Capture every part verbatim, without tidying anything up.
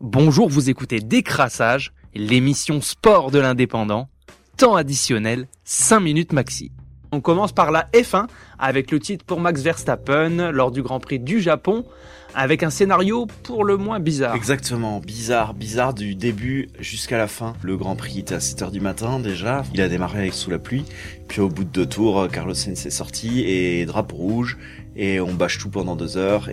Bonjour, vous écoutez Décrassage, l'émission sport de l'Indépendant. Temps additionnel, cinq minutes maxi. On commence par la F un avec le titre pour Max Verstappen lors du Grand Prix du Japon, avec un scénario pour le moins bizarre. Exactement, bizarre, bizarre du début jusqu'à la fin. Le Grand Prix était à sept heures du matin déjà, il a démarré avec sous la pluie, puis au bout de deux tours, Carlos Sainz est sorti et drapeau rouge, et on bâche tout pendant deux heures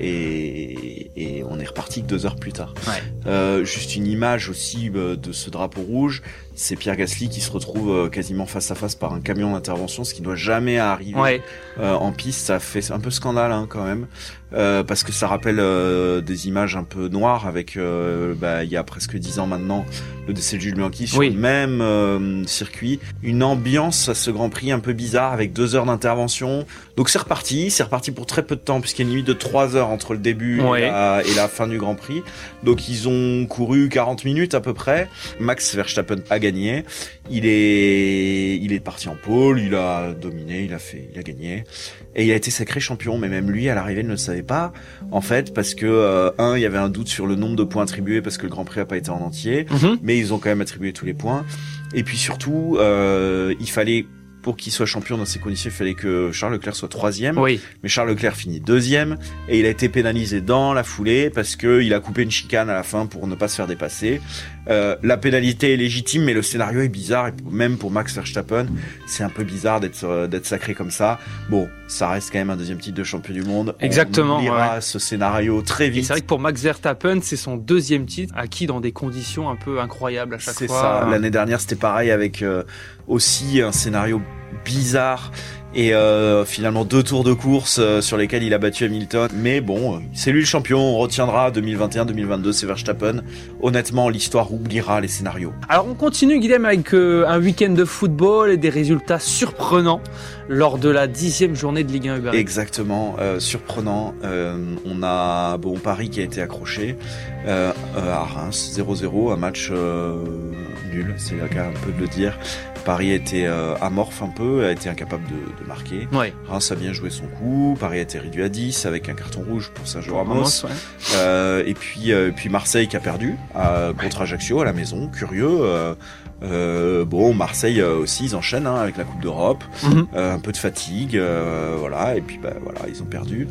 et, et on est reparti que deux heures plus tard. Ouais. Euh, juste une image aussi euh, de ce drapeau rouge, c'est Pierre Gasly qui se retrouve euh, quasiment face à face par un camion d'intervention, ce qui doit jamais arriver ouais. euh, en piste. Ça fait un peu scandale hein, quand même, euh, parce que ça rappelle euh, des images un peu noires avec, euh, bah, il y a presque dix ans maintenant, le décès de Jules Bianchi sur oui. le même euh, circuit. Une ambiance à ce Grand Prix un peu bizarre avec deux heures d'intervention. Donc c'est reparti, c'est reparti pour très peu de temps puisqu'il y a une limite de trois heures entre le début ouais. et, la, et la fin du Grand Prix. Donc ils ont couru quarante minutes à peu près. Max Verstappen a gagné. Il est, il est parti en pole, il a dominé, il a fait, il a gagné. Et il a été sacré champion, mais même lui, à l'arrivée, il ne le savait pas, en fait, parce que, euh, un, il y avait un doute sur le nombre de points attribués, parce que le Grand Prix n'a pas été en entier, mm-hmm. mais ils ont quand même attribué tous les points. Et puis surtout, euh, il fallait, pour qu'il soit champion dans ces conditions, il fallait que Charles Leclerc soit troisième. Oui. Mais Charles Leclerc finit deuxième, et il a été pénalisé dans la foulée, parce que il a coupé une chicane à la fin pour ne pas se faire dépasser. Euh, la pénalité est légitime, mais le scénario est bizarre, et même pour Max Verstappen, c'est un peu bizarre d'être, euh, d'être sacré comme ça. Bon, ça reste quand même un deuxième titre de champion du monde. Exactement. On oubliera ouais. ce scénario très vite. Et c'est vrai que pour Max Verstappen, c'est son deuxième titre, acquis dans des conditions un peu incroyables à chaque c'est fois. C'est ça. L'année dernière, c'était pareil avec euh, aussi un scénario bizarre. Et euh, finalement deux tours de course euh, sur lesquels il a battu Hamilton. Mais bon, euh, c'est lui le champion, on retiendra deux mille vingt et un deux mille vingt-deux, c'est Verstappen. Honnêtement, l'histoire oubliera les scénarios. Alors on continue Guilhem avec euh, un week-end de football et des résultats surprenants lors de la dixième journée de Ligue un Uber Eats. Exactement, euh, surprenant. Euh, on a bon Paris qui a été accroché euh, à Reims, zéro zéro, un match euh, nul, c'est le cas un peu de le dire. Paris a été euh, amorphe un peu, a été incapable de, de marquer. Ouais. Reims a bien joué son coup. Paris a été réduit à dix avec un carton rouge pour Sergio Ramos. Ramos ouais. euh, et puis, euh, puis Marseille qui a perdu euh, contre ouais. Ajaccio à la maison. Curieux. Euh, euh, bon, Marseille euh, aussi, ils enchaînent hein, avec la Coupe d'Europe. Mm-hmm. Euh, un peu de fatigue, euh, voilà. Et puis, bah, voilà, ils ont perdu.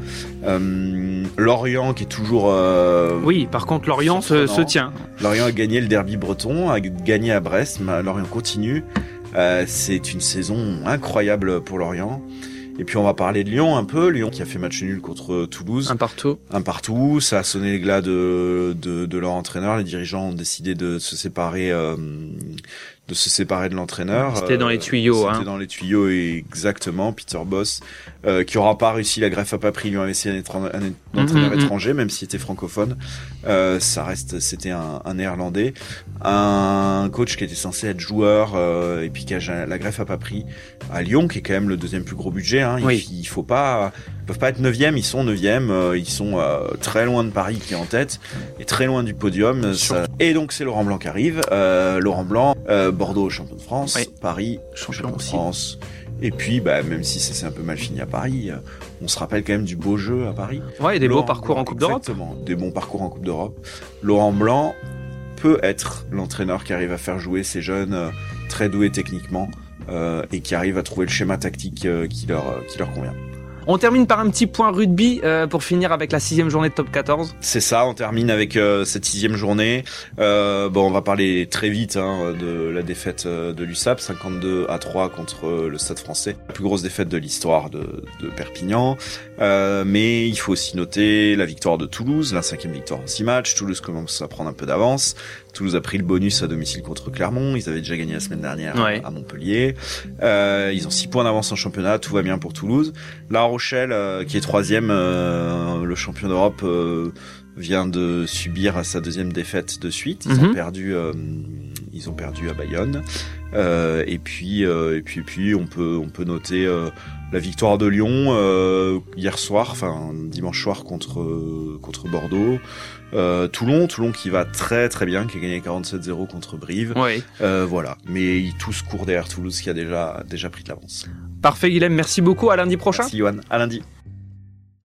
Euh, Lorient qui est toujours. Euh, oui, par contre, Lorient se, se tient. Lorient a gagné le derby breton, a gagné à Brest. Mais Lorient continue. Euh, c'est une saison incroyable pour Lorient. Et puis on va parler de Lyon un peu. Lyon qui a fait match nul contre Toulouse. Un partout. Un partout. Ça a sonné les glas de, de, de leur entraîneur. Les dirigeants ont décidé de se séparer, euh, de se séparer de l'entraîneur. C'était dans les tuyaux. C'était hein. dans les tuyaux exactement. Peter Bosz, euh, qui aura pas réussi la greffe à Papri, lui a essayé un, étran- un entraîneur mm-hmm. étranger, même s'il était francophone. Euh, ça reste, c'était un, un néerlandais. Un coach qui était censé être joueur, euh, et puis qui a la greffe à Papri à Lyon, qui est quand même le deuxième plus gros budget. Hein. Oui. Il, il faut pas, ils peuvent pas être neuvième, ils sont neuvième, euh, ils sont euh, très loin de Paris qui est en tête et très loin du podium. Ça... Et donc c'est Laurent Blanc qui arrive. Euh, Laurent Blanc, euh, Bordeaux champion de France, oui. Paris champion, champion de France. Et puis, bah, même si ça s'est un peu mal fini à Paris, euh, on se rappelle quand même du beau jeu à Paris. Ouais, et des Laurent beaux parcours Blanc, en Coupe d'Europe. Exactement, des bons parcours en Coupe d'Europe. Laurent Blanc peut être l'entraîneur qui arrive à faire jouer ces jeunes euh, très doués techniquement euh, et qui arrive à trouver le schéma tactique euh, qui leur euh, qui leur convient. On termine par un petit point rugby euh, pour finir avec la sixième journée de top quatorze. C'est ça, on termine avec euh, cette sixième journée. Euh, bon, on va parler très vite hein, de la défaite de l'U S A P, cinquante-deux à trois contre le Stade Français. La plus grosse défaite de l'histoire de, de Perpignan. Euh, mais il faut aussi noter la victoire de Toulouse, la cinquième victoire en six matchs. Toulouse commence à prendre un peu d'avance. Toulouse a pris le bonus à domicile contre Clermont. Ils avaient déjà gagné la semaine dernière ouais. à Montpellier. Euh, ils ont six points d'avance en championnat. Tout va bien pour Toulouse. La Rochelle, euh, qui est troisième, euh, le champion d'Europe, euh, vient de subir sa deuxième défaite de suite. Ils mm-hmm. ont perdu, euh, ils ont perdu à Bayonne. Euh, et puis, euh, et puis, et puis, on peut, on peut noter euh, la victoire de Lyon euh, hier soir, enfin dimanche soir contre euh, contre Bordeaux. Euh, Toulon, Toulon qui va très très bien, qui a gagné quarante-sept zéro contre Brive. Oui. Euh, voilà, mais ils tous courent derrière Toulouse qui a déjà déjà pris de l'avance. Parfait Guilhem, merci beaucoup. À lundi prochain. Merci Yoann, à lundi.